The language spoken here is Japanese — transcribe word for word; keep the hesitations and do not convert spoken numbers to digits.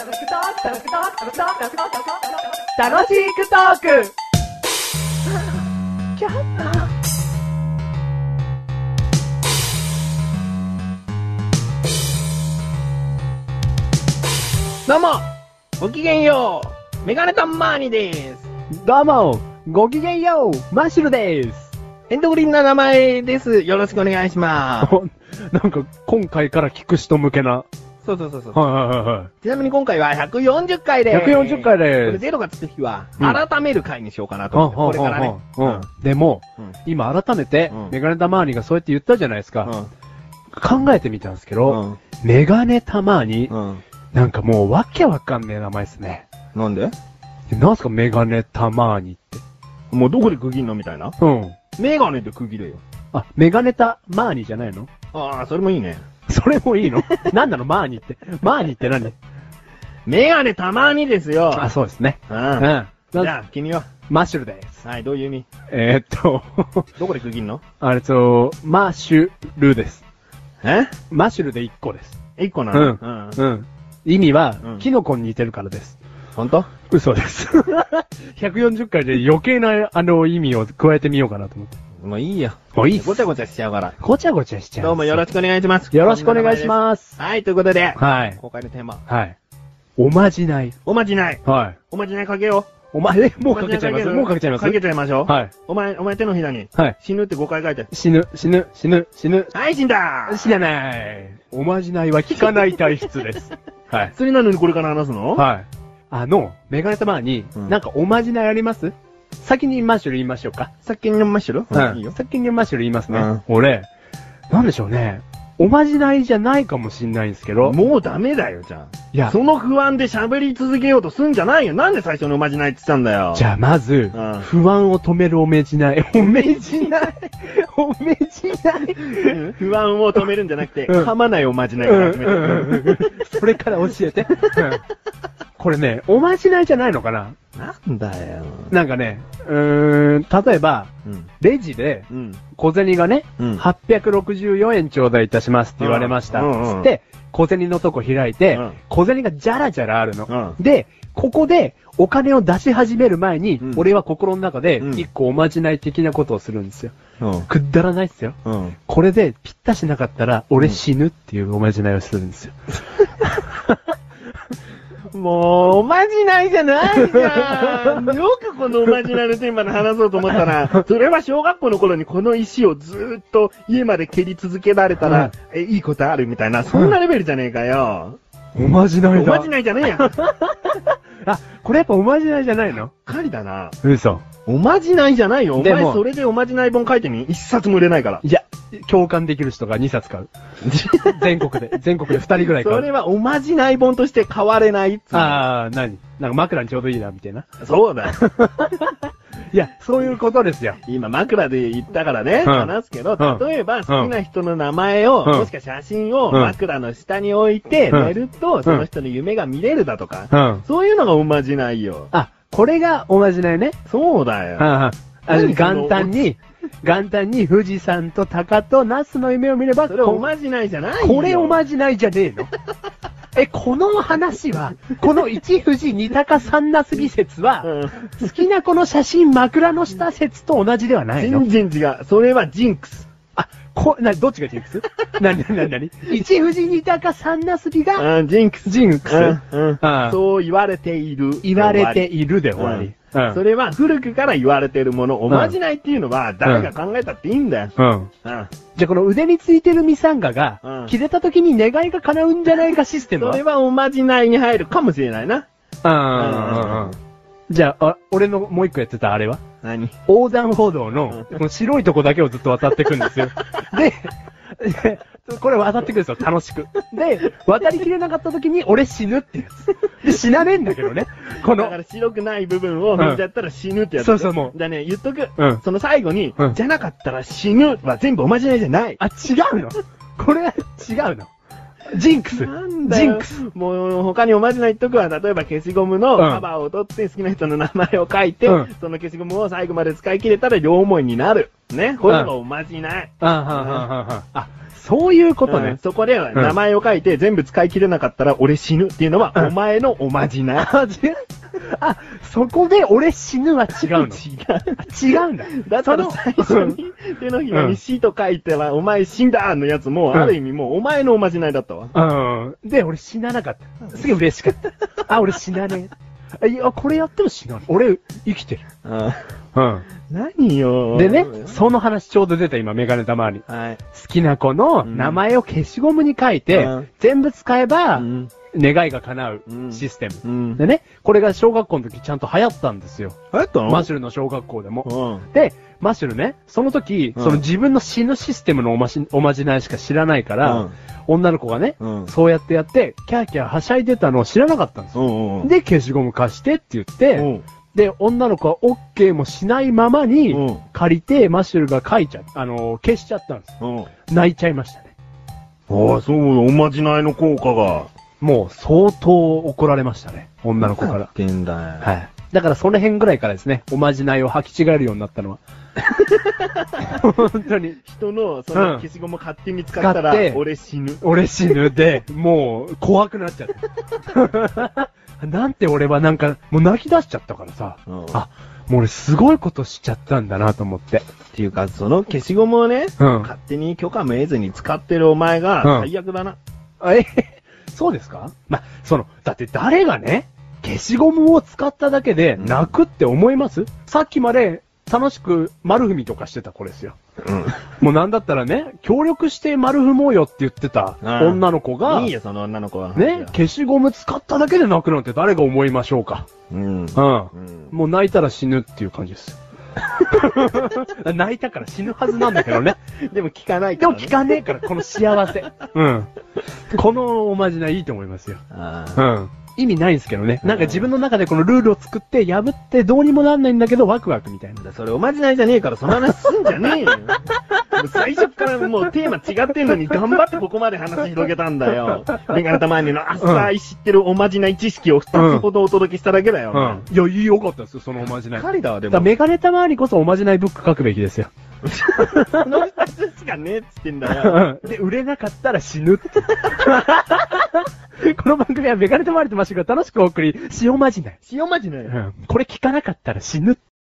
楽しくトークどうもごきげんようメガネタンマーニです。 どうもごきげんようマッシュルです。 エンドグリーンな名前です。よろしくお願いします。 なんか今回から聞く人向けな。 そうそうそうそう。 はいはいはい。 ちなみに今回はひゃくよんじゅっかいでーす。 ひゃくよんじゅっかいでーす。 これゼロがつく日は、 うん改める回にしようかなと思って、これからね。 うんうん。でも、 うん今改めて、 うんメガネタマーニがそうやって言ったじゃないですか。 うん考えてみたんですけど、 うんメガネタマーニ、 うん。 なんかもうわけわかんねえ名前ですね。 なんでなんすかメガネタマーニって。 もうどこで区切んのみたいな。 うん。 メガネで区切れよ。 あ、メガネタマーニじゃないの？ ああ、それもいいね。 それもいいの？なんなのマーニって。マーニって何？ メガネたまにですよ。 あ、そうですね。 う。 うんん。 じゃあ、君はマッシュルです。 はい、どういう意味えー、っと、 どこで区切んのあれと、マッシュルです。 えマッシュルでいっこです。 一個なのうん。 うん。 うん。意味は、 うんキノコに似てるからです。 ほんと嘘です。ひゃくよんじゅっかいで余計な、あの、意味を加えてみようかなと思って。 もういいよ。 もういいっすごちゃごちゃしちゃうから。 ごちゃごちゃしちゃう。 どうもよろしくお願いします。 よろしくお願いします。 す。はい、ということで、 はい。 今回のテーマ、 はい。おまじない。 おまじない。 はい。 おまじないかけよおま、え、 う。 もうかけちゃいますもうかけちゃいますかけちゃいましょう。 はい。 お前、お前手のひらに、 はい。 死ぬってごかい書いて。 死ぬ、死ぬ、死ぬ、死ぬ。 はい、死んだー死なない。おまじないは効かない体質です。はい。 それなのにこれから話すのはい。あの、メガネたまに、 うんなんかおまじないあります？先にマッシュル言いましょうか。 先にマッシュルうんいいよ。 先にマッシュル言いますね。 うん俺、なんでしょうね。おまじないじゃないかもしんないんですけど。 もうダメだよ、じゃあ。 いや、 その不安で喋り続けようとすんじゃないよ。なんで最初におまじないって言ったんだよ。 じゃあまず、 うん不安を止めるおめじない。おめじない。おめじない。 うん不安を止めるんじゃなくて、 うん噛まないおまじないうんから始めうんうんうんそれから教えて。うんこれね、おまじないじゃないのかな？ なんだよ。 なんかね、うーん、例えば、 うん。 レジで、 うん。 小銭がね、 うんはっぴゃくろくじゅうよえん頂戴いたしますって言われました。 うんうんうんつって、小銭のとこ開いて、 うん小銭がじゃらじゃらあるの。 うんで、ここでお金を出し始める前に、 うん俺は心の中でうん一個おまじない的なことをするんですよ。 うん。 くだらないっすよ。 うん。 これでぴったしなかったら俺死ぬっていうおまじないをするんですよ。 もう、おまじないじゃないじゃん。よくこのおまじないのテーマで話そうと思ったら、それは小学校の頃にこの石をずーっと家まで蹴り続けられたら、え、いいことあるみたいな、そんなレベルじゃねえかよ。 おまじないだ。 おまじないじゃねえや。 あ、これやっぱおまじないじゃないの？ かりだな。 嘘。 おまじないじゃないよ。おでも前それでおまじない本書いてみ一冊も売れないから。 いや、共感できる人がにさつ買う。全国で、全国でふたりぐらい買う。 それはおまじない本として買われないっつうの。 あー、何なんか枕にちょうどいいな、みたいな。 そうだよ。 いや、そういうことですよ。 今枕で言ったからね、 うん話すけど、 うん例えば好きな人の名前を、 うんもしくは写真をうん枕の下に置いてうん寝ると、その人の夢が見れるだとか、 うん。 そういうのがおまじないよ。 あ、これがおまじないね。 そうだよ。 はんはんあ何その元旦に、元旦に富士山と鷹とナスの夢を見れば、 それおこまじないじゃないよ。 これおまじないじゃねえのえ、この話は、この一富士二鷹三ナス美説は、 うん好きなこの写真枕の下説と同じではないの全然違う。それはジンクス。 あ、こ、な、どっちがジンクスなになになになに一富士二鷹三ナス美が、 うん、ジンクス。 ジンクス、 うんうんああそう言われている。 言われているで終わり。うん。 それは古くから言われているもの。おまじないっていうのは誰が考えたっていいんだよ。 うん。 うん。 じゃあこの腕についてるミサンガが、 うん切れた時に願いが叶うんじゃないかシステムはそれはおまじないに入るかもしれないな。 うんうんうん。じゃあ、あ、俺のもう一個やってたあれは何横断歩道の、この白いとこだけをずっと渡ってくんですよ。で、でこれ渡ってくるんですよ、楽しく。で、渡りきれなかった時に俺死ぬってやつ。で、死なねえんだけどね。このだか、ら白くない部分を踏んじゃったら死ぬってやつ。 そうそうもうじゃあね、言っとく。 うんその最後に、 うんじゃなかったら死ぬは全部おまじないじゃない。 あ、違うのこれは違うのジンクス。 なんだよジンクス。 もう他におまじない言っとくわ。例えば消しゴムのうんカバーを取って好きな人の名前を書いて、 うんその消しゴムを最後まで使い切れたら両思いになる。ね。こういうのがおまじない。 あはんはんはんはんあ、 そういうことうんね。 そこで名前を書いて全部使い切れなかったら俺死ぬっていうのはうんお前のおまじない。 あ、違う。あ、そこで俺死ぬは違うの。 違う。 違うんだ。 だったら最初に手のひらに死と書いてはお前死んだのやつも、 うんある意味もうお前のおまじないだったわ。 うん。で、俺死ななかった。すげえ嬉しかった。あ、俺死なねえ。いや、これやっても死なない。俺、生きてる。うん。 何よ。 でね、その話ちょうど出た今、メガネたまに。 はい。 好きな子の名前を消しゴムに書いて、 うん全部使えば、 うん願いが叶ううんシステム。 うん。 でね、これが小学校の時ちゃんと流行ったんですよ。 流行ったのマシュルの小学校でも。 うん。 で、マシュルね、その時、 うんその自分の死ぬシステムのおましおまじないしか知らないから、 うん女の子がね、 うんそうやってやって、キャーキャーはしゃいでたのを知らなかったんですよ。 うんうん。 で、消しゴム貸してって言って、 うんで、女の子は OK もしないままに、 うん借りて、マシュルが書いちゃう、あのー消しちゃったんです。 うん。 泣いちゃいましたね。 ああ、そう、おまじないの効果が。 もう相当怒られましたね。女の子から。 ってんだよ。 はい。だからその辺ぐらいからですね、おまじないを履き違えるようになったのは。本当に。 人の、そうんの消しゴム勝手に使ったら使って、 俺死ぬ。 俺死ぬで、もう怖くなっちゃって。なんて俺はなんか、もう泣き出しちゃったからさ。 うんあ、もう俺すごいことしちゃったんだなと思って。 っていうか、その消しゴムをね、 うん勝手に許可も得ずに使ってるお前がうん最悪だな。 え、そうですか？ま、その、だって誰がね、消しゴムを使っただけで泣くって思います？さっきまで楽しく丸踏みとかしてた子ですよ。 うん。 もうなんだったらね、協力して丸踏もうよって言ってたうん女の子が、 いいよ、その女の子は。 ね、消しゴム使っただけで泣くなんて誰が思いましょうか。 うん。 うん。 うん。 もう泣いたら死ぬっていう感じです。泣いたから死ぬはずなんだけどね。 でも聞かないでから、ね。 も聞かねえから、この幸せ。うん。このおまじないいいと思いますよ。 ああ。 うん。意味ないんですけどね。なんか自分の中でこのルールを作って破ってどうにもなんないんだけどワクワクみたいな。 だそれおまじないじゃねえからその話すんじゃねえよ。もう最初からもうテーマ違ってんのに頑張ってここまで話広げたんだよ。メガネたまにの浅い知ってるおまじない知識をふたつほどお届けしただけだよ。 うん。いや、いいよかったですよ、そのおまじない。 しっかりだわ、でも。 だからメガネたまわりこそおまじないブック書くべきですよ。 その二つしかねえっつってんだよ。 で、売れなかったら死ぬって。この番組はメガネたまわりとマシュが楽しくお送り、塩まじない。 塩まじない。 うん。これ聞かなかったら死ぬって。